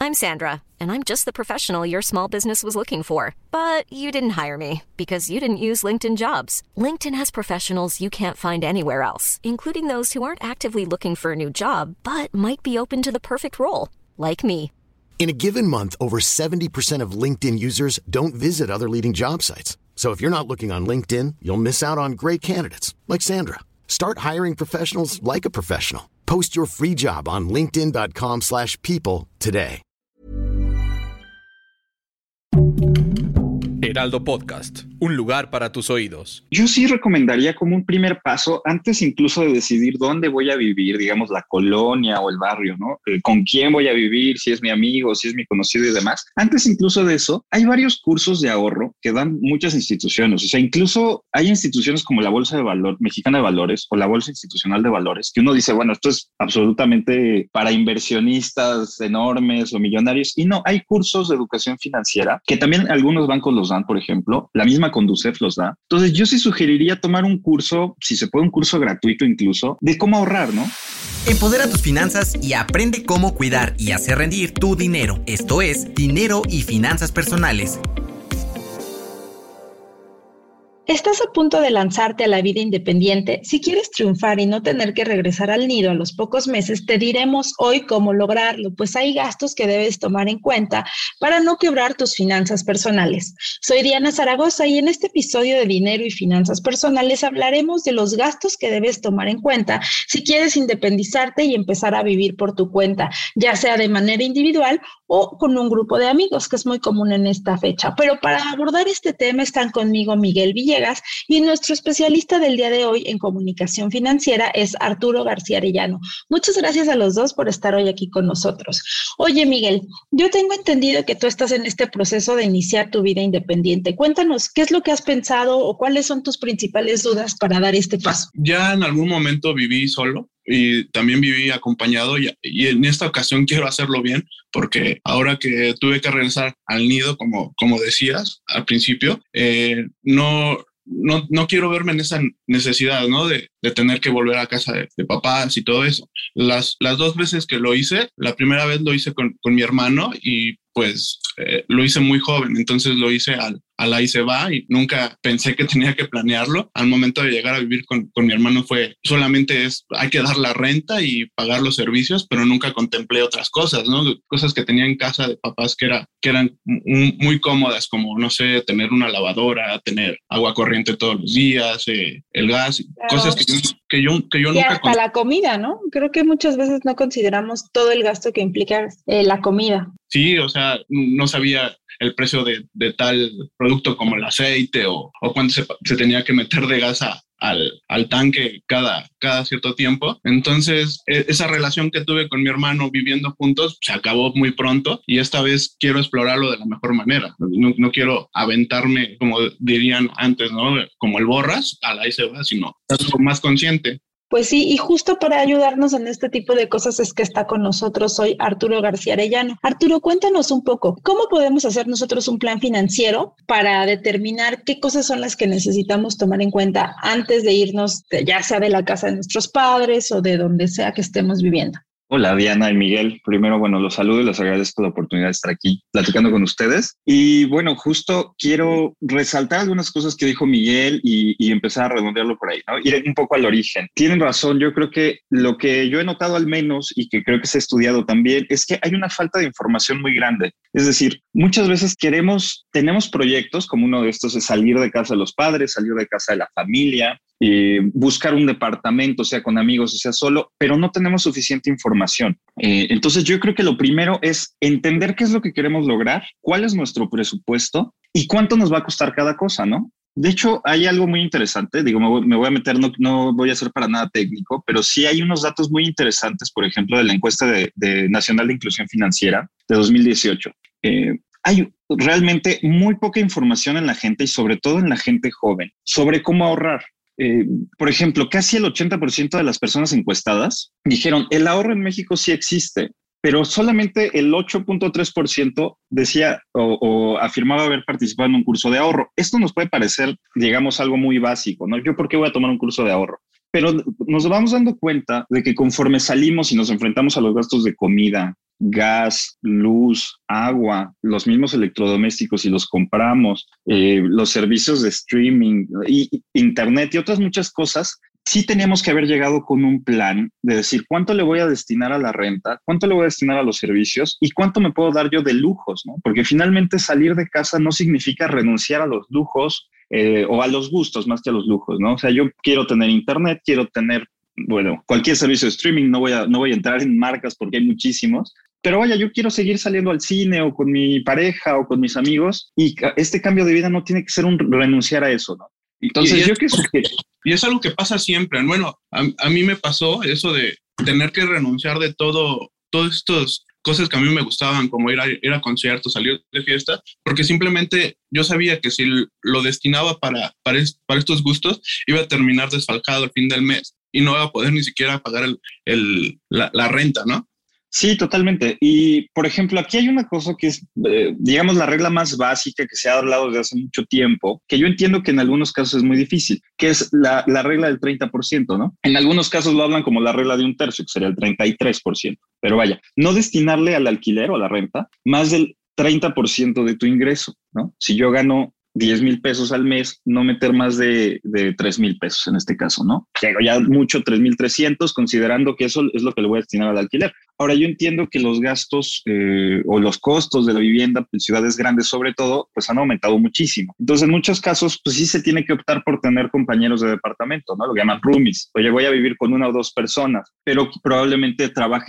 I'm Sandra, and I'm just the professional your small business was looking for. But you didn't hire me because you didn't use LinkedIn Jobs. LinkedIn has professionals you can't find anywhere else, including those who aren't actively looking for a new job, but might be open to the perfect role, like me. In a given month, over 70% of LinkedIn users don't visit other leading job sites. So if you're not looking on LinkedIn, you'll miss out on great candidates like Sandra. Start hiring professionals like a professional. Post your free job on linkedin.com/people today. Heraldo Podcast, un lugar para tus oídos. Yo sí recomendaría como un primer paso, antes incluso de decidir dónde voy a vivir, digamos la colonia o el barrio, ¿no? Con quién voy a vivir, si es mi amigo, si es mi conocido y demás. Antes incluso de eso, hay varios cursos de ahorro que dan muchas instituciones. O sea, incluso hay instituciones como la Bolsa de Valor, Mexicana de Valores o la Bolsa Institucional de Valores, que uno dice, bueno, esto es absolutamente para inversionistas enormes o millonarios. Y no, hay cursos de educación financiera que también algunos bancos los dan, por ejemplo, la misma Conducef los da. Entonces yo sí sugeriría tomar un curso, si se puede un curso gratuito incluso, de cómo ahorrar, ¿no? Empodera tus finanzas y aprende cómo cuidar y hacer rendir tu dinero. Esto es Dinero y Finanzas Personales. ¿Estás a punto de lanzarte a la vida independiente? Si quieres triunfar y no tener que regresar al nido a los pocos meses, te diremos hoy cómo lograrlo, pues hay gastos que debes tomar en cuenta para no quebrar tus finanzas personales. Soy Diana Zaragoza y en este episodio de Dinero y Finanzas Personales hablaremos de los gastos que debes tomar en cuenta si quieres independizarte y empezar a vivir por tu cuenta, ya sea de manera individual o con un grupo de amigos, que es muy común en esta fecha. Pero para abordar este tema están conmigo Miguel Villegas y nuestro especialista del día de hoy en comunicación financiera es Arturo García Arellano. Muchas gracias a los dos por estar hoy aquí con nosotros. Oye, Miguel, yo tengo entendido que tú estás en este proceso de iniciar tu vida independiente. Cuéntanos, ¿qué es lo que has pensado o cuáles son tus principales dudas para dar este paso? Ya en algún momento viví solo y también viví acompañado y en esta ocasión quiero hacerlo bien porque ahora que tuve que regresar al nido, como decías al principio, no quiero verme en esa necesidad, ¿no? De tener que volver a casa de papás y todo eso. Las dos veces que lo hice, la primera vez lo hice con mi hermano y pues lo hice muy joven, entonces lo hice al ahí se va y nunca pensé que tenía que planearlo. Al momento de llegar a vivir con mi hermano fue solamente hay que dar la renta y pagar los servicios, pero nunca contemplé otras cosas, ¿no? Cosas que tenía en casa de papás que eran muy cómodas, como, no sé, tener una lavadora, tener agua corriente todos los días, el gas, claro. Cosas que yo y nunca... hasta la comida, ¿no? Creo que muchas veces no consideramos todo el gasto que implica la comida. Sí, o sea, no sabía el precio de tal producto como el aceite o cuánto se tenía que meter de gas al tanque cada cierto tiempo. Entonces, esa relación que tuve con mi hermano viviendo juntos se acabó muy pronto y esta vez quiero explorarlo de la mejor manera. No quiero aventarme, como dirían antes, ¿no? Como el borras, a la se va, sino algo más consciente. Pues sí, y justo para ayudarnos en este tipo de cosas es que está con nosotros hoy Arturo García Arellano. Arturo, cuéntanos un poco, ¿cómo podemos hacer nosotros un plan financiero para determinar qué cosas son las que necesitamos tomar en cuenta antes de irnos, ya sea de la casa de nuestros padres o de donde sea que estemos viviendo? Hola Diana y Miguel, primero los saludo y les agradezco la oportunidad de estar aquí platicando con ustedes y bueno, justo quiero resaltar algunas cosas que dijo Miguel y empezar a redondearlo por ahí, ¿no? Ir un poco al origen. Tienen razón, yo creo que lo que yo he notado al menos y que creo que se ha estudiado también es que hay una falta de información muy grande, es decir, muchas veces tenemos proyectos como uno de estos es salir de casa de los padres, salir de casa de la familia, buscar un departamento, sea con amigos o sea solo, pero no tenemos suficiente información. Entonces yo creo que lo primero es entender qué es lo que queremos lograr, cuál es nuestro presupuesto y cuánto nos va a costar cada cosa, ¿no? De hecho, hay algo muy interesante, digo, me voy a meter, no voy a ser para nada técnico, pero sí hay unos datos muy interesantes, por ejemplo, de la encuesta de Nacional de Inclusión Financiera de 2018. Hay realmente muy poca información en la gente y sobre todo en la gente joven sobre cómo ahorrar. Por ejemplo, casi el 80% de las personas encuestadas dijeron el ahorro en México sí existe, pero solamente el 8.3% decía o afirmaba haber participado en un curso de ahorro. Esto nos puede parecer, digamos, algo muy básico, ¿no? ¿Yo por qué voy a tomar un curso de ahorro? pero nos vamos dando cuenta de que conforme salimos y nos enfrentamos a los gastos de comida, gas, luz, agua, los mismos electrodomésticos y los compramos, los servicios de streaming y internet y otras muchas cosas, sí teníamos que haber llegado con un plan de decir cuánto le voy a destinar a la renta, cuánto le voy a destinar a los servicios y cuánto me puedo dar yo de lujos, ¿no? Porque finalmente salir de casa no significa renunciar a los lujos o a los gustos más que a los lujos, ¿no? O sea, yo quiero tener internet, quiero tener, bueno, cualquier servicio de streaming, no voy a entrar en marcas porque hay muchísimos, pero vaya, yo quiero seguir saliendo al cine o con mi pareja o con mis amigos y este cambio de vida no tiene que ser un renunciar a eso, ¿no? Entonces, y es algo que pasa siempre. Bueno, a mí me pasó eso de tener que renunciar de todas estas cosas que a mí me gustaban, como ir a conciertos, salir de fiesta, porque simplemente yo sabía que si lo destinaba para estos gustos, iba a terminar desfalcado al fin del mes y no iba a poder ni siquiera pagar la renta, ¿no? Sí, totalmente. Y, por ejemplo, aquí hay una cosa que es, digamos, la regla más básica que se ha hablado desde hace mucho tiempo, que yo entiendo que en algunos casos es muy difícil, que es la regla del 30%, ¿no? En algunos casos lo hablan como la regla de un tercio, que sería el 33%. Pero vaya, no destinarle al alquiler o a la renta más del 30% de tu ingreso, ¿no? Si yo gano 10,000 pesos al mes, no meter más de 3,000 pesos en este caso, ¿no? Llego ya mucho 3,300, considerando que eso es lo que le voy a destinar al alquiler. Ahora, yo entiendo que los gastos o los costos de la vivienda en ciudades grandes, sobre todo, pues han aumentado muchísimo. Entonces, en muchos casos, pues sí se tiene que optar por tener compañeros de departamento, ¿no? Lo que llaman roomies. Oye, voy a vivir con una o dos personas, pero probablemente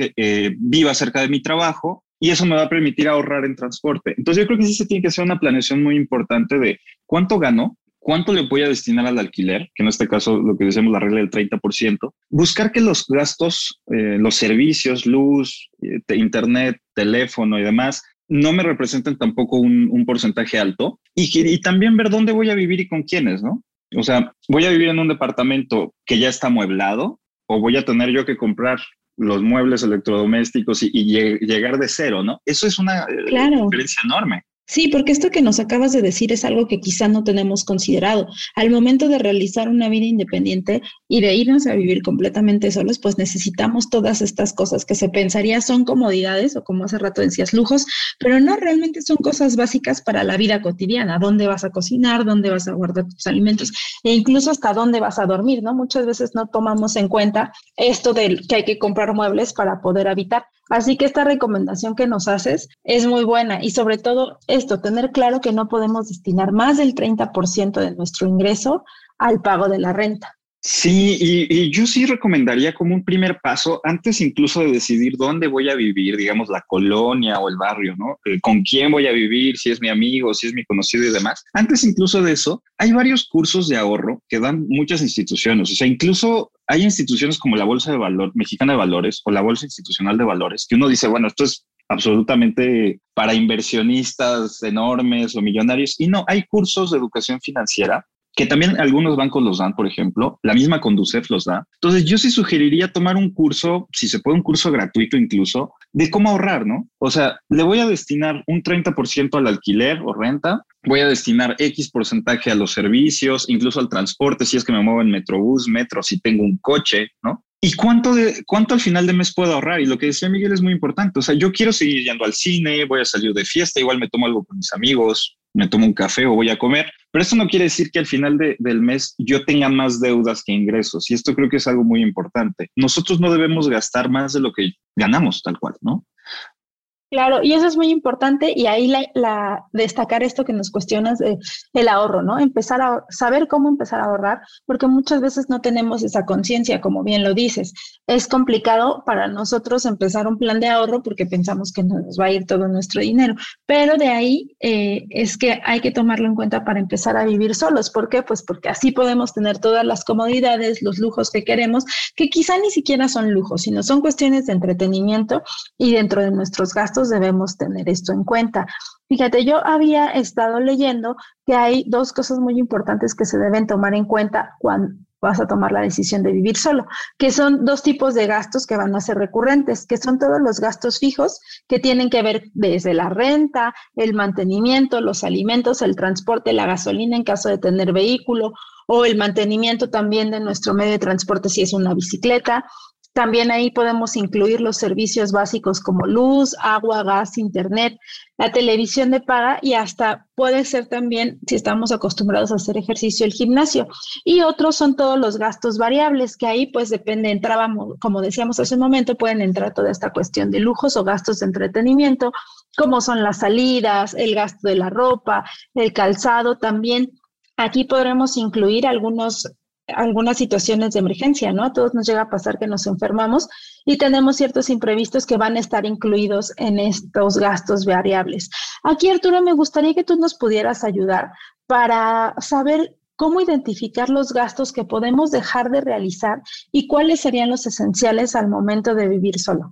viva cerca de mi trabajo, y eso me va a permitir ahorrar en transporte. Entonces yo creo que sí se tiene que hacer una planeación muy importante de cuánto gano, cuánto le voy a destinar al alquiler, que en este caso lo que decimos la regla del 30%, buscar que los gastos, los servicios, luz, internet, teléfono y demás, no me representen tampoco un porcentaje alto y también ver dónde voy a vivir y con quiénes, ¿no? O sea, ¿voy a vivir en un departamento que ya está amueblado o voy a tener yo que comprar los muebles electrodomésticos y llegar de cero, ¿no? Eso es una diferencia enorme. Sí, porque esto que nos acabas de decir es algo que quizá no tenemos considerado. Al momento de realizar una vida independiente y de irnos a vivir completamente solos, pues necesitamos todas estas cosas que se pensaría son comodidades o como hace rato decías, lujos, pero no, realmente son cosas básicas para la vida cotidiana. ¿Dónde vas a cocinar? ¿Dónde vas a guardar tus alimentos? E incluso hasta dónde vas a dormir, ¿no? Muchas veces no tomamos en cuenta esto de que hay que comprar muebles para poder habitar. Así que esta recomendación que nos haces es muy buena y sobre todo esto, tener claro que no podemos destinar más del 30% de nuestro ingreso al pago de la renta. Sí, y yo sí recomendaría como un primer paso, antes incluso de decidir dónde voy a vivir, digamos la colonia o el barrio, ¿no? Con quién voy a vivir, si es mi amigo, si es mi conocido y demás. Antes incluso de eso, hay varios cursos de ahorro que dan muchas instituciones. O sea, incluso hay instituciones como la Bolsa de Valor, Mexicana de Valores o la Bolsa Institucional de Valores, que uno dice, bueno, esto es absolutamente para inversionistas enormes o millonarios. Y no, hay cursos de educación financiera que también algunos bancos los dan, por ejemplo, la misma Conducef los da. Entonces yo sí sugeriría tomar un curso, si se puede un curso gratuito incluso, de cómo ahorrar, ¿no? O sea, le voy a destinar un 30% al alquiler o renta, voy a destinar X porcentaje a los servicios, incluso al transporte, si es que me muevo en Metrobús, metro, si tengo un coche, ¿no? ¿Y cuánto al final de mes puedo ahorrar? Y lo que decía Miguel es muy importante. O sea, yo quiero seguir yendo al cine, voy a salir de fiesta, igual me tomo algo con mis amigos, me tomo un café o voy a comer, pero esto no quiere decir que al final del mes yo tenga más deudas que ingresos. Y esto creo que es algo muy importante. Nosotros no debemos gastar más de lo que ganamos, tal cual, ¿no? Claro, y eso es muy importante y ahí destacar esto que nos cuestionas de el ahorro, ¿no? Empezar a saber cómo empezar a ahorrar, porque muchas veces no tenemos esa conciencia, como bien lo dices. Es complicado para nosotros empezar un plan de ahorro porque pensamos que nos va a ir todo nuestro dinero, pero de ahí es que hay que tomarlo en cuenta para empezar a vivir solos. ¿Por qué? Pues porque así podemos tener todas las comodidades, los lujos que queremos, que quizá ni siquiera son lujos, sino son cuestiones de entretenimiento y dentro de nuestros gastos debemos tener esto en cuenta. Fíjate, yo había estado leyendo que hay dos cosas muy importantes que se deben tomar en cuenta vas a tomar la decisión de vivir solo, que son dos tipos de gastos que van a ser recurrentes, que son todos los gastos fijos que tienen que ver desde la renta, el mantenimiento, los alimentos, el transporte, la gasolina en caso de tener vehículo, o el mantenimiento también de nuestro medio de transporte si es una bicicleta. También ahí podemos incluir los servicios básicos como luz, agua, gas, internet, la televisión de paga y hasta puede ser también, si estamos acostumbrados a hacer ejercicio, el gimnasio. Y otros son todos los gastos variables, que ahí pues depende, entrábamos, como decíamos hace un momento, pueden entrar toda esta cuestión de lujos o gastos de entretenimiento, como son las salidas, el gasto de la ropa, el calzado también. Aquí podremos incluir algunas situaciones de emergencia, ¿no? A todos nos llega a pasar que nos enfermamos y tenemos ciertos imprevistos que van a estar incluidos en estos gastos variables. Aquí, Arturo, me gustaría que tú nos pudieras ayudar para saber cómo identificar los gastos que podemos dejar de realizar y cuáles serían los esenciales al momento de vivir solo.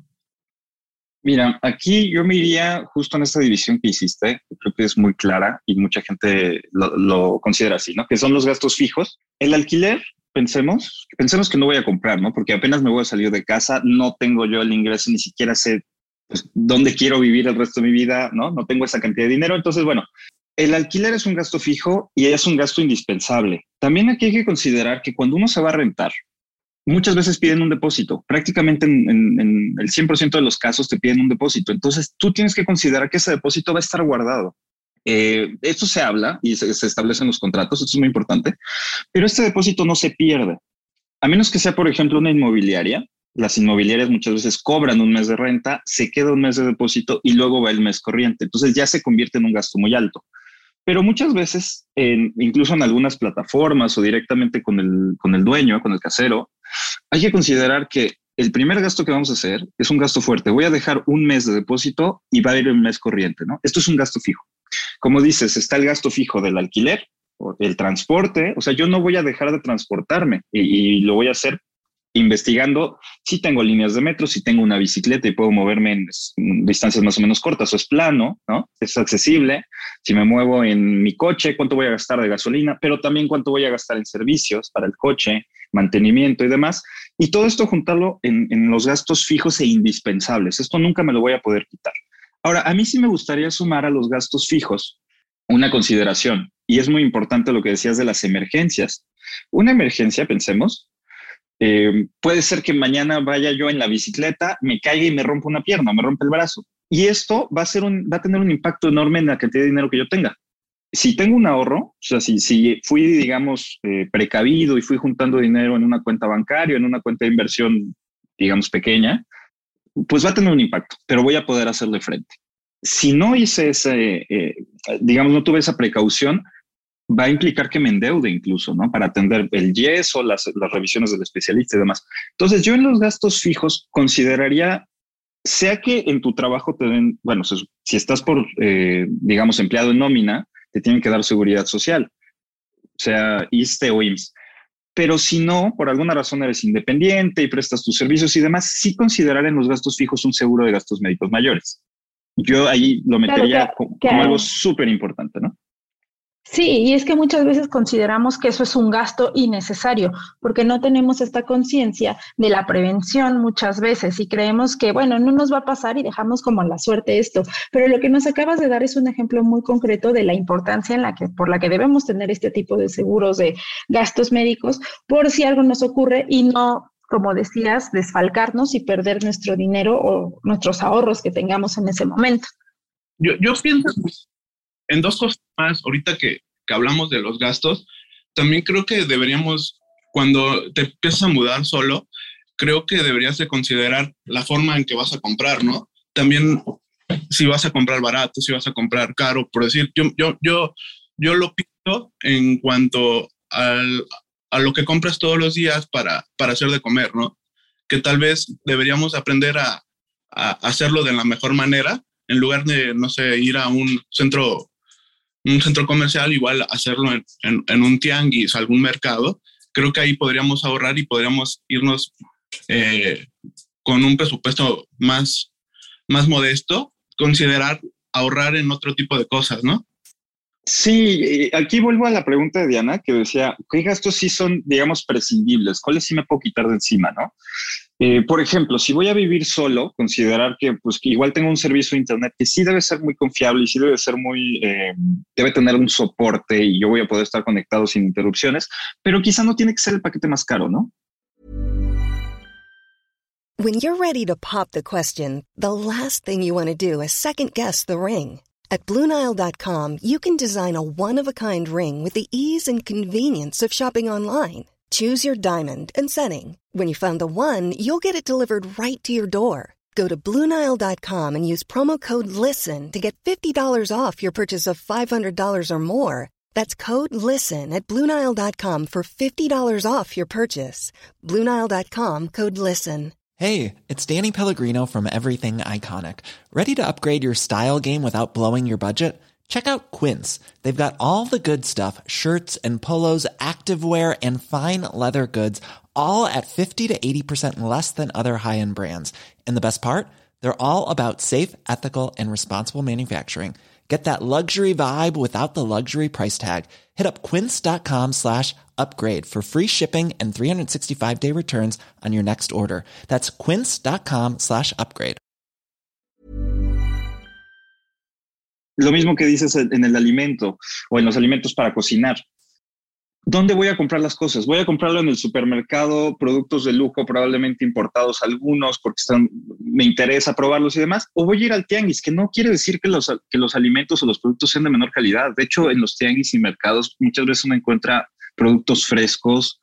Mira, aquí yo me iría justo en esta división que hiciste, que creo que es muy clara y mucha gente lo considera así, ¿no? Que son los gastos fijos. El alquiler, pensemos que no voy a comprar, ¿no? Porque apenas me voy a salir de casa, no tengo yo el ingreso, ni siquiera sé pues, dónde quiero vivir el resto de mi vida, ¿no? No tengo esa cantidad de dinero. Entonces, bueno, el alquiler es un gasto fijo y es un gasto indispensable. También aquí hay que considerar que cuando uno se va a rentar, muchas veces piden un depósito, prácticamente en el 100% de los casos te piden un depósito. Entonces tú tienes que considerar que ese depósito va a estar guardado. Esto se habla y se establece en los contratos, esto es muy importante, pero este depósito no se pierde. A menos que sea, por ejemplo, una inmobiliaria. Las inmobiliarias muchas veces cobran un mes de renta, se queda un mes de depósito y luego va el mes corriente. Entonces ya se convierte en un gasto muy alto. Pero muchas veces, incluso en algunas plataformas o directamente con el dueño, con el casero, hay que considerar que el primer gasto que vamos a hacer es un gasto fuerte. Voy a dejar un mes de depósito y va a ir el mes corriente, ¿no? Esto es un gasto fijo. Como dices, está el gasto fijo del alquiler, o el transporte. O sea, yo no voy a dejar de transportarme y lo voy a hacer investigando si tengo líneas de metro, si tengo una bicicleta y puedo moverme en distancias más o menos cortas o es plano, ¿no? Es accesible. Si me muevo en mi coche, cuánto voy a gastar de gasolina, pero también cuánto voy a gastar en servicios para el coche, mantenimiento y demás. Y todo esto juntarlo en los gastos fijos e indispensables. Esto nunca me lo voy a poder quitar. Ahora, a mí sí me gustaría sumar a los gastos fijos una consideración, y es muy importante lo que decías de las emergencias. Una emergencia, pensemos, puede ser que mañana vaya yo en la bicicleta, me caiga y me rompa una pierna, me rompe el brazo. Y esto va a tener un impacto enorme en la cantidad de dinero que yo tenga. Si tengo un ahorro, o sea, si fui, digamos, precavido y fui juntando dinero en una cuenta bancaria, en una cuenta de inversión, digamos, pequeña, pues va a tener un impacto, pero voy a poder hacerle frente. Si no hice digamos, no tuve esa precaución, va a implicar que me endeude incluso, ¿no? Para atender el yeso, las revisiones del especialista y demás. Entonces, yo en los gastos fijos consideraría, sea que en tu trabajo te den, bueno, si estás por, digamos, empleado en nómina, te tienen que dar seguridad social, sea ISSSTE o IMSS. Pero si no, por alguna razón eres independiente y prestas tus servicios y demás, sí considerar en los gastos fijos un seguro de gastos médicos mayores. Yo ahí lo metería como algo súper importante, ¿no? Sí, y es que muchas veces consideramos que eso es un gasto innecesario, porque no tenemos esta conciencia de la prevención muchas veces y creemos que, bueno, no nos va a pasar y dejamos como a la suerte esto. Pero lo que nos acabas de dar es un ejemplo muy concreto de la importancia por la que debemos tener este tipo de seguros de gastos médicos por si algo nos ocurre y no, como decías, desfalcarnos y perder nuestro dinero o nuestros ahorros que tengamos en ese momento. Yo pienso en dos cosas más. Ahorita que hablamos de los gastos, también creo que deberíamos, cuando te empiezas a mudar solo, creo que deberías de considerar la forma en que vas a comprar, ¿no? También si vas a comprar barato, si vas a comprar caro, por decir, yo lo pienso en cuanto a lo que compras todos los días para hacer de comer, ¿no? Que tal vez deberíamos aprender a hacerlo de la mejor manera, en lugar de, no sé, ir a un centro comercial, igual hacerlo en un tianguis, algún mercado. Creo que ahí podríamos ahorrar y podríamos irnos con un presupuesto más modesto, considerar ahorrar en otro tipo de cosas, ¿no? Sí, aquí vuelvo a la pregunta de Diana que decía, ¿qué gastos sí son, digamos, prescindibles? ¿Cuáles sí me puedo quitar de encima, no? Por ejemplo, si voy a vivir solo, considerar que, pues, que igual tengo un servicio de internet que sí debe ser muy confiable y sí debe ser debe tener un soporte y yo voy a poder estar conectado sin interrupciones, pero quizá no tiene que ser el paquete más caro, ¿no? When you're ready to pop the question, the last thing you want to do is second guess the ring. At BlueNile.com, you can design a one-of-a-kind ring with the ease and convenience of shopping online. Choose your diamond and setting. When you find the one, you'll get it delivered right to your door. Go to BlueNile.com and use promo code LISTEN to get $50 off your purchase of $500 or more. That's code LISTEN at BlueNile.com for $50 off your purchase. BlueNile.com, code LISTEN. Hey, it's Danny Pellegrino from Everything Iconic. Ready to upgrade your style game without blowing your budget? Check out Quince. They've got all the good stuff, shirts and polos, activewear, and fine leather goods, all at 50 to 80% less than other high-end brands. And the best part? They're all about safe, ethical, and responsible manufacturing. Get that luxury vibe without the luxury price tag. Hit up quince.com/upgrade for free shipping and 365-day returns on your next order. That's quince.com/upgrade. Lo mismo que dices en el alimento o en los alimentos para cocinar. ¿Dónde voy a comprar las cosas? Voy a comprarlo en el supermercado, productos de lujo, probablemente importados algunos, porque me interesa probarlos y demás, o voy a ir al tianguis, que no quiere decir que los alimentos o los productos sean de menor calidad. De hecho, en los tianguis y mercados muchas veces uno encuentra productos frescos,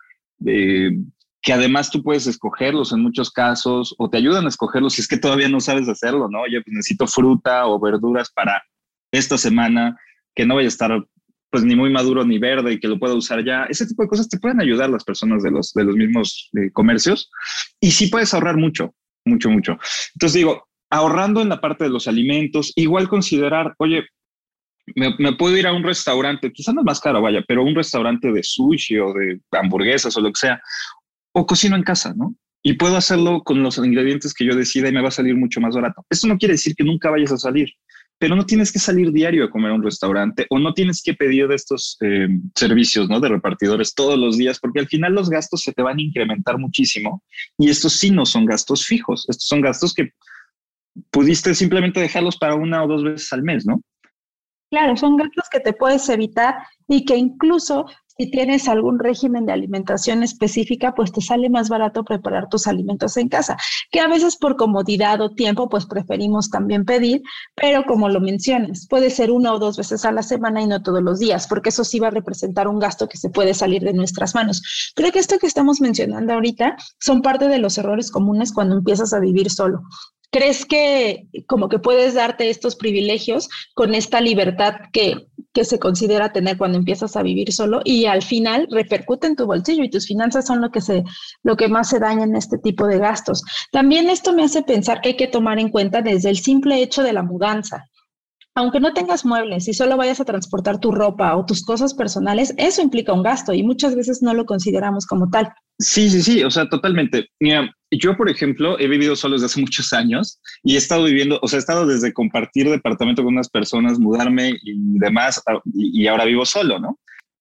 que además tú puedes escogerlos en muchos casos, o te ayudan a escogerlos si es que todavía no sabes hacerlo, ¿no? Oye, pues necesito fruta o verduras para esta semana, que no vaya a estar pues ni muy maduro ni verde y que lo pueda usar ya. Ese tipo de cosas te pueden ayudar las personas de los mismos comercios, y sí puedes ahorrar mucho. Entonces digo, ahorrando en la parte de los alimentos, igual considerar, oye, me puedo ir a un restaurante, quizás no es más caro, vaya, pero un restaurante de sushi o de hamburguesas o lo que sea, o cocino en casa, ¿no? Y puedo hacerlo con los ingredientes que yo decida y me va a salir mucho más barato. Esto no quiere decir que nunca vayas a salir, pero no tienes que salir diario a comer a un restaurante, o no tienes que pedir de estos servicios, ¿no? De repartidores todos los días, porque al final los gastos se te van a incrementar muchísimo, y estos sí no son gastos fijos. Estos son gastos que pudiste simplemente dejarlos para 1 o 2 veces al mes, ¿no? Claro, son gastos que te puedes evitar y que incluso si tienes algún régimen de alimentación específica, pues te sale más barato preparar tus alimentos en casa, que a veces por comodidad o tiempo, pues preferimos también pedir, pero como lo mencionas, puede ser 1 o 2 veces a la semana y no todos los días, porque eso sí va a representar un gasto que se puede salir de nuestras manos. Creo que esto que estamos mencionando ahorita son parte de los errores comunes cuando empiezas a vivir solo. ¿Crees que como que puedes darte estos privilegios con esta libertad que se considera tener cuando empiezas a vivir solo, y al final repercute en tu bolsillo y tus finanzas son lo que más se daña en este tipo de gastos? También esto me hace pensar que hay que tomar en cuenta desde el simple hecho de la mudanza. Aunque no tengas muebles y solo vayas a transportar tu ropa o tus cosas personales, eso implica un gasto y muchas veces no lo consideramos como tal. Sí, o sea, totalmente. Mira, yo, por ejemplo, he vivido solo desde hace muchos años y he estado viviendo, o sea, he estado desde compartir departamento con unas personas, mudarme y demás, y ahora vivo solo, ¿no?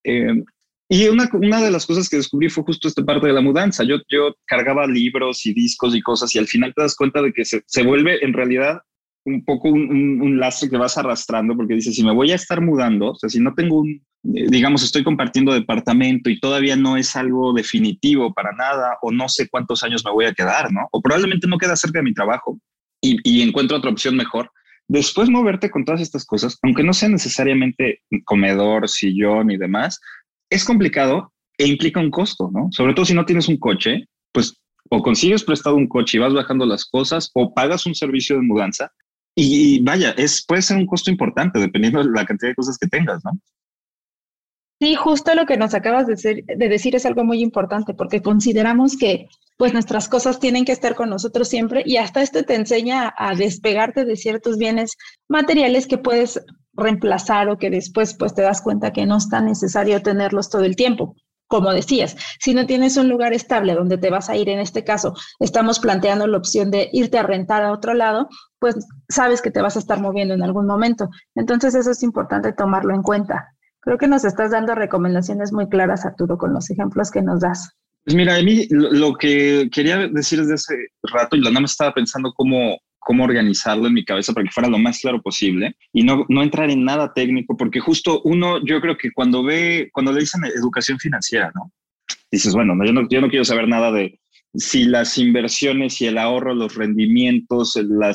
Y una de las cosas que descubrí fue justo esta parte de la mudanza. Yo cargaba libros y discos y cosas, y al final te das cuenta de que se vuelve en realidad un poco un lastre que vas arrastrando, porque dices, si me voy a estar mudando, o sea, si no tengo digamos, estoy compartiendo departamento y todavía no es algo definitivo para nada, o no sé cuántos años me voy a quedar, ¿no? O probablemente no queda cerca de mi trabajo y encuentro otra opción mejor. Después moverte con todas estas cosas, aunque no sea necesariamente comedor, sillón y demás, es complicado e implica un costo, ¿no? Sobre todo si no tienes un coche, pues o consigues prestado un coche y vas bajando las cosas, o pagas un servicio de mudanza. Y vaya, puede ser un costo importante dependiendo de la cantidad de cosas que tengas, ¿no? Sí, justo lo que nos acabas de decir es algo muy importante, porque consideramos que pues nuestras cosas tienen que estar con nosotros siempre, y hasta esto te enseña a despegarte de ciertos bienes materiales que puedes reemplazar o que después pues te das cuenta que no es tan necesario tenerlos todo el tiempo. como decías, si no tienes un lugar estable donde te vas a ir, en este caso, estamos planteando la opción de irte a rentar a otro lado, pues sabes que te vas a estar moviendo en algún momento. Entonces eso es importante tomarlo en cuenta. Creo que nos estás dando recomendaciones muy claras, Arturo, con los ejemplos que nos das. Pues mira, a mí lo que quería decir desde hace rato, y nada más estaba pensando cómo organizarlo en mi cabeza para que fuera lo más claro posible y no entrar en nada técnico, porque justo uno, yo creo que cuando le dicen educación financiera, ¿no? Dices, bueno, yo no quiero saber nada de si las inversiones, si el ahorro, los rendimientos,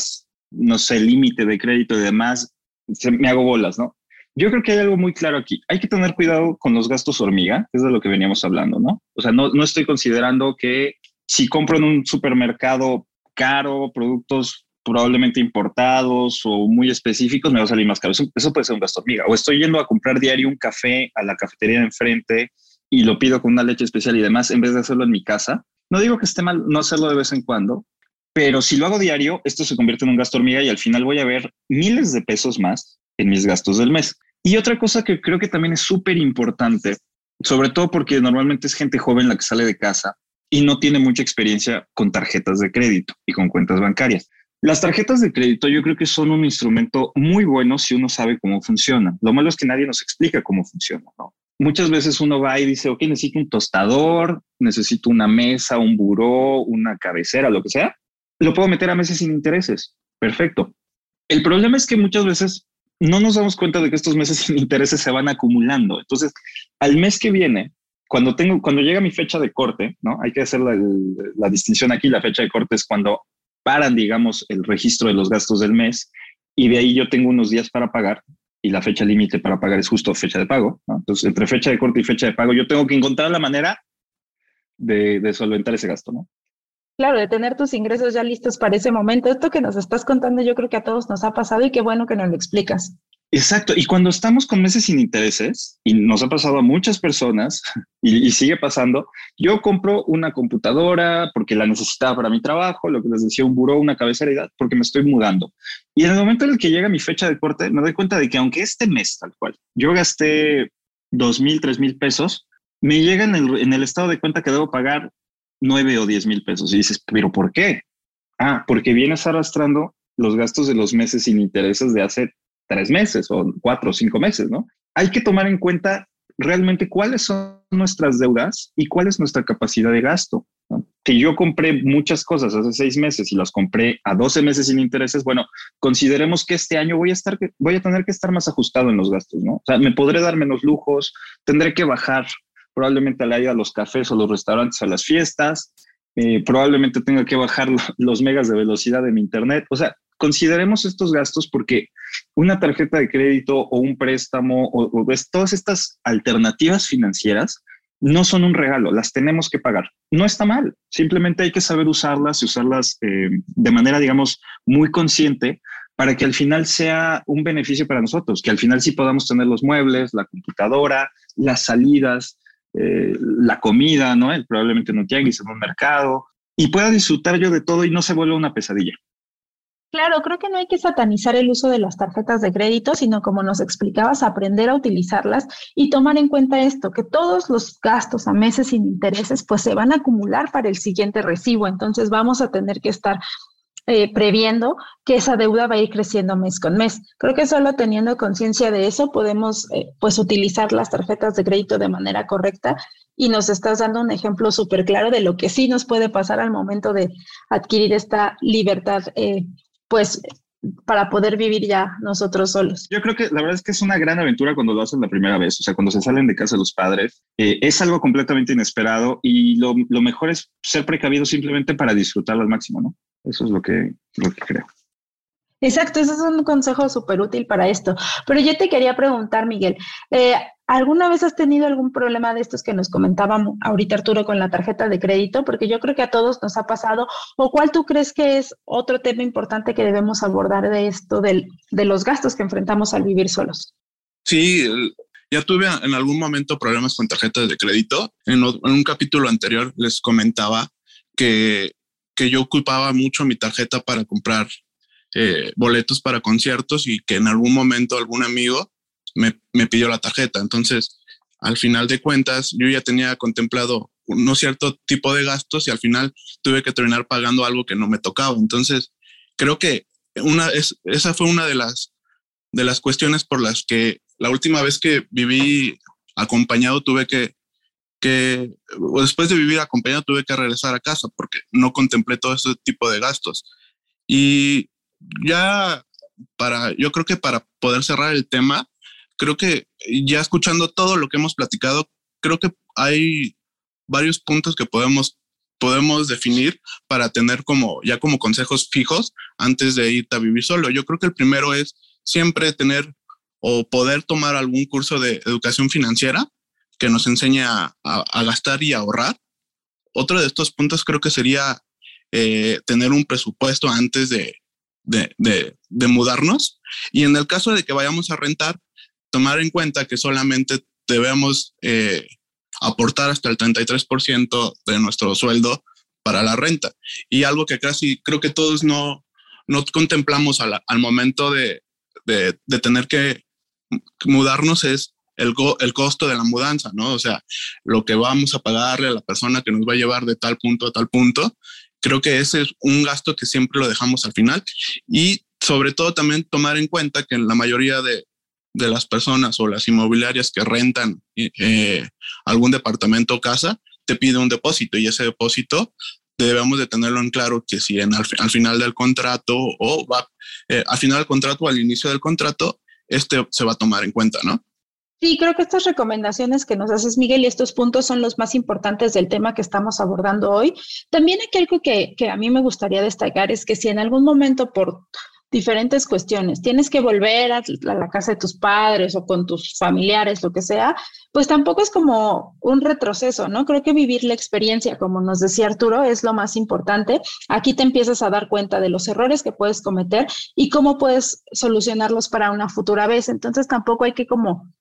no sé, el límite de crédito y demás, me hago bolas, ¿no? Yo creo que hay algo muy claro aquí. Hay que tener cuidado con los gastos hormiga, que es de lo que veníamos hablando, ¿no? O sea, no estoy considerando que si compro en un supermercado caro, productos probablemente importados o muy específicos, me va a salir más caro. Eso puede ser un gasto hormiga. O estoy yendo a comprar diario un café a la cafetería de enfrente y lo pido con una leche especial y demás, en vez de hacerlo en mi casa. No digo que esté mal no hacerlo de vez en cuando, pero si lo hago diario, esto se convierte en un gasto hormiga y al final voy a ver miles de pesos más en mis gastos del mes. Y otra cosa que creo que también es súper importante, sobre todo porque normalmente es gente joven la que sale de casa y no tiene mucha experiencia con tarjetas de crédito y con cuentas bancarias. Las tarjetas de crédito yo creo que son un instrumento muy bueno si uno sabe cómo funciona. Lo malo es que nadie nos explica cómo funciona, ¿no? Muchas veces uno va y dice, ok, necesito un tostador, necesito una mesa, un buró, una cabecera, lo que sea. Lo puedo meter a meses sin intereses. Perfecto. El problema es que muchas veces no nos damos cuenta de que estos meses sin intereses se van acumulando. Entonces, al mes que viene, cuando llega mi fecha de corte, ¿no? Hay que hacer la distinción aquí. La fecha de corte es cuando paran, digamos, el registro de los gastos del mes y de ahí yo tengo unos días para pagar y la fecha límite para pagar es justo fecha de pago, ¿no? Entonces, entre fecha de corte y fecha de pago, yo tengo que encontrar la manera de solventar ese gasto, ¿no? Claro, de tener tus ingresos ya listos para ese momento. Esto que nos estás contando yo creo que a todos nos ha pasado y qué bueno que nos lo explicas. Exacto. Y cuando estamos con meses sin intereses, y nos ha pasado a muchas personas y sigue pasando, yo compro una computadora porque la necesitaba para mi trabajo, lo que les decía, un buró, una cabecera y porque me estoy mudando. Y en el momento en el que llega mi fecha de corte, me doy cuenta de que aunque este mes tal cual, yo gasté 2,000, 3,000 pesos, me llega en el estado de cuenta que debo pagar 9 o 10,000 pesos. Y dices, ¿pero por qué? Porque vienes arrastrando los gastos de los meses sin intereses de hace 3 meses o 4 o 5 meses, ¿no? Hay que tomar en cuenta realmente cuáles son nuestras deudas y cuál es nuestra capacidad de gasto, ¿no? Que yo compré muchas cosas hace 6 meses y las compré a 12 meses sin intereses. Bueno, consideremos que este año voy a tener que estar más ajustado en los gastos, ¿no? O sea, me podré dar menos lujos, tendré que bajar probablemente a la ida a los cafés o los restaurantes a las fiestas, probablemente tenga que bajar los megas de velocidad de mi internet. O sea, consideremos estos gastos porque una tarjeta de crédito o un préstamo o todas estas alternativas financieras no son un regalo, las tenemos que pagar. No está mal, simplemente hay que saber usarlas y usarlas de manera, digamos, muy consciente para que al final sea un beneficio para nosotros, que al final sí podamos tener los muebles, la computadora, las salidas, la comida, ¿no? Probablemente en un tianguis, en un mercado, y pueda disfrutar yo de todo y no se vuelva una pesadilla. Claro, creo que no hay que satanizar el uso de las tarjetas de crédito, sino como nos explicabas, aprender a utilizarlas y tomar en cuenta esto, que todos los gastos a meses sin intereses pues se van a acumular para el siguiente recibo. Entonces vamos a tener que estar previendo que esa deuda va a ir creciendo mes con mes. Creo que solo teniendo conciencia de eso podemos pues utilizar las tarjetas de crédito de manera correcta y nos estás dando un ejemplo súper claro de lo que sí nos puede pasar al momento de adquirir esta libertad pues para poder vivir ya nosotros solos. Yo creo que la verdad es que es una gran aventura cuando lo hacen la primera vez, o sea, cuando se salen de casa los padres, es algo completamente inesperado y lo mejor es ser precavido simplemente para disfrutarlo al máximo, ¿no? Eso es lo que creo. Exacto, ese es un consejo súper útil para esto. Pero yo te quería preguntar, Miguel, ¿alguna vez has tenido algún problema de estos que nos comentaba ahorita Arturo con la tarjeta de crédito? Porque yo creo que a todos nos ha pasado. ¿O cuál tú crees que es otro tema importante que debemos abordar de esto, de los gastos que enfrentamos al vivir solos? Sí, ya tuve en algún momento problemas con tarjetas de crédito. En un capítulo anterior les comentaba que yo ocupaba mucho mi tarjeta para comprar boletos para conciertos y que en algún momento algún amigo me pidió la tarjeta. Entonces, al final de cuentas yo ya tenía contemplado un cierto tipo de gastos y al final tuve que terminar pagando algo que no me tocaba. Entonces, creo que esa fue una de las cuestiones por las que la última vez que viví acompañado después de vivir acompañado tuve que regresar a casa porque no contemplé todo ese tipo de gastos. Y ya yo creo que para poder cerrar el tema, creo que ya escuchando todo lo que hemos platicado, creo que hay varios puntos que podemos definir para tener como consejos fijos antes de irte a vivir solo. Yo creo que el primero es siempre tener o poder tomar algún curso de educación financiera que nos enseñe a gastar y a ahorrar. Otro de estos puntos creo que sería tener un presupuesto antes de mudarnos. Y en el caso de que vayamos a rentar, tomar en cuenta que solamente debemos aportar hasta el 33% de nuestro sueldo para la renta. Y algo que casi creo que todos no contemplamos al momento de tener que mudarnos es el costo de la mudanza, ¿no? O sea, lo que vamos a pagarle a la persona que nos va a llevar de tal punto a tal punto. Creo que ese es un gasto que siempre lo dejamos al final. Y sobre todo también tomar en cuenta que la mayoría de las personas o las inmobiliarias que rentan algún departamento o casa te pide un depósito, y ese depósito debemos de tenerlo en claro que si al final del contrato al final del contrato o al inicio del contrato, se va a tomar en cuenta, ¿no? Sí, creo que estas recomendaciones que nos haces, Miguel, y estos puntos son los más importantes del tema que estamos abordando hoy. También aquí algo que a mí me gustaría destacar es que si en algún momento por diferentes cuestiones tienes que volver a la casa de tus padres o con tus familiares, lo que sea, pues tampoco es como un retroceso, ¿no? Creo que vivir la experiencia, como nos decía Arturo, es lo más importante. Aquí te empiezas a dar cuenta de los errores que puedes cometer y cómo puedes solucionarlos para una futura vez. Entonces tampoco hay que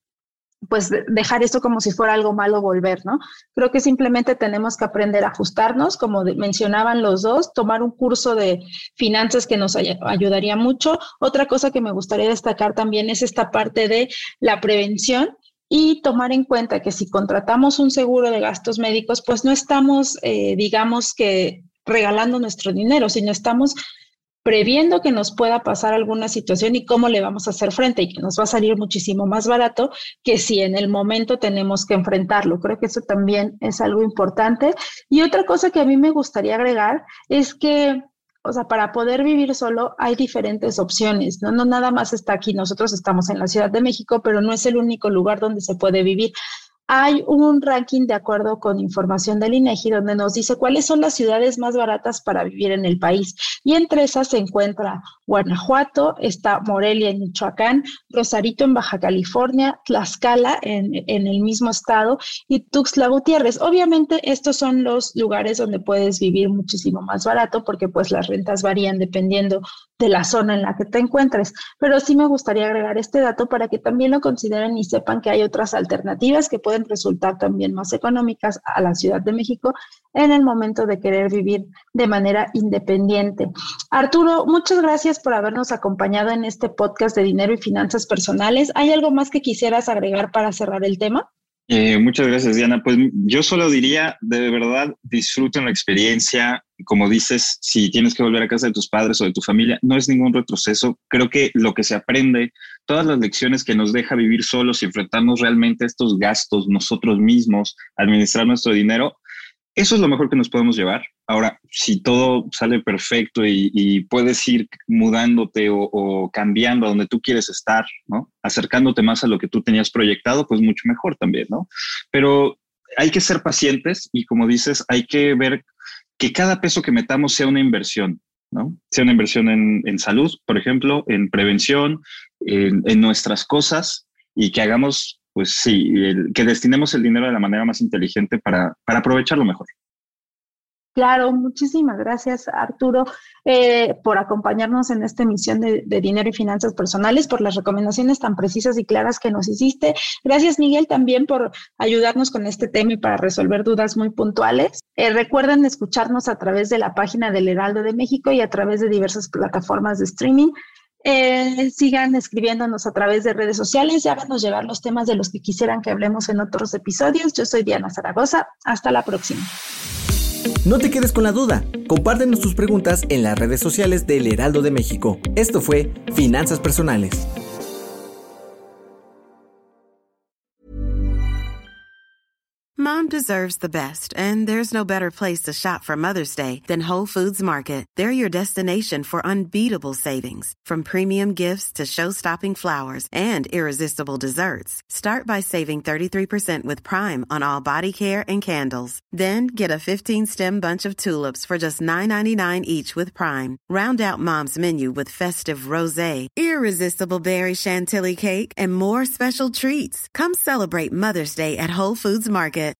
pues dejar esto como si fuera algo malo volver, ¿no? Creo que simplemente tenemos que aprender a ajustarnos, como mencionaban los dos, tomar un curso de finanzas que nos ayudaría mucho. Otra cosa que me gustaría destacar también es esta parte de la prevención y tomar en cuenta que si contratamos un seguro de gastos médicos, pues no estamos, digamos que regalando nuestro dinero, sino estamos previendo que nos pueda pasar alguna situación y cómo le vamos a hacer frente, y que nos va a salir muchísimo más barato que si en el momento tenemos que enfrentarlo. Creo que eso también es algo importante. Y otra cosa que a mí me gustaría agregar es que, o sea, para poder vivir solo hay diferentes opciones, ¿no? No nada más está aquí. Nosotros estamos en la Ciudad de México, pero no es el único lugar donde se puede vivir. Hay un ranking de acuerdo con información del INEGI donde nos dice cuáles son las ciudades más baratas para vivir en el país. Y entre esas se encuentra Guanajuato, está Morelia en Michoacán, Rosarito en Baja California, Tlaxcala en el mismo estado y Tuxtla Gutiérrez. Obviamente estos son los lugares donde puedes vivir muchísimo más barato porque pues las rentas varían dependiendo de la zona en la que te encuentres. Pero sí me gustaría agregar este dato para que también lo consideren y sepan que hay otras alternativas que pueden resultar también más económicas a la Ciudad de México en el momento de querer vivir de manera independiente. Arturo, muchas gracias por habernos acompañado en este podcast de dinero y finanzas personales. ¿Hay algo más que quisieras agregar para cerrar el tema? Muchas gracias, Diana. Pues yo solo diría, de verdad, disfruten la experiencia. Como dices, si tienes que volver a casa de tus padres o de tu familia, no es ningún retroceso. Creo que lo que se aprende, todas las lecciones que nos deja vivir solos y enfrentarnos realmente a estos gastos nosotros mismos, administrar nuestro dinero, eso es lo mejor que nos podemos llevar. Ahora, si todo sale perfecto y puedes ir mudándote o cambiando a donde tú quieres estar, ¿no? Acercándote más a lo que tú tenías proyectado, pues mucho mejor también, ¿no? Pero hay que ser pacientes y, como dices, hay que ver que cada peso que metamos sea una inversión, ¿no? Sea una inversión en salud, por ejemplo, en prevención, en nuestras cosas, y que hagamos, pues sí, que destinemos el dinero de la manera más inteligente para aprovecharlo mejor. Claro, muchísimas gracias, Arturo, por acompañarnos en esta emisión de Dinero y Finanzas Personales, por las recomendaciones tan precisas y claras que nos hiciste. Gracias, Miguel, también por ayudarnos con este tema y para resolver dudas muy puntuales. Recuerden escucharnos a través de la página del Heraldo de México y a través de diversas plataformas de streaming. Sigan escribiéndonos a través de redes sociales y háganos llegar los temas de los que quisieran que hablemos en otros episodios. Yo soy Diana Zaragoza. Hasta la próxima. No te quedes con la duda. Compártenos tus preguntas en las redes sociales del Heraldo de México. Esto fue Finanzas Personales. Mom deserves the best, and there's no better place to shop for Mother's Day than Whole Foods Market. They're your destination for unbeatable savings, from premium gifts to show-stopping flowers and irresistible desserts. Start by saving 33% with Prime on all body care and candles. Then get a 15-stem bunch of tulips for just $9.99 each with Prime. Round out Mom's menu with festive rosé, irresistible berry chantilly cake, and more special treats. Come celebrate Mother's Day at Whole Foods Market.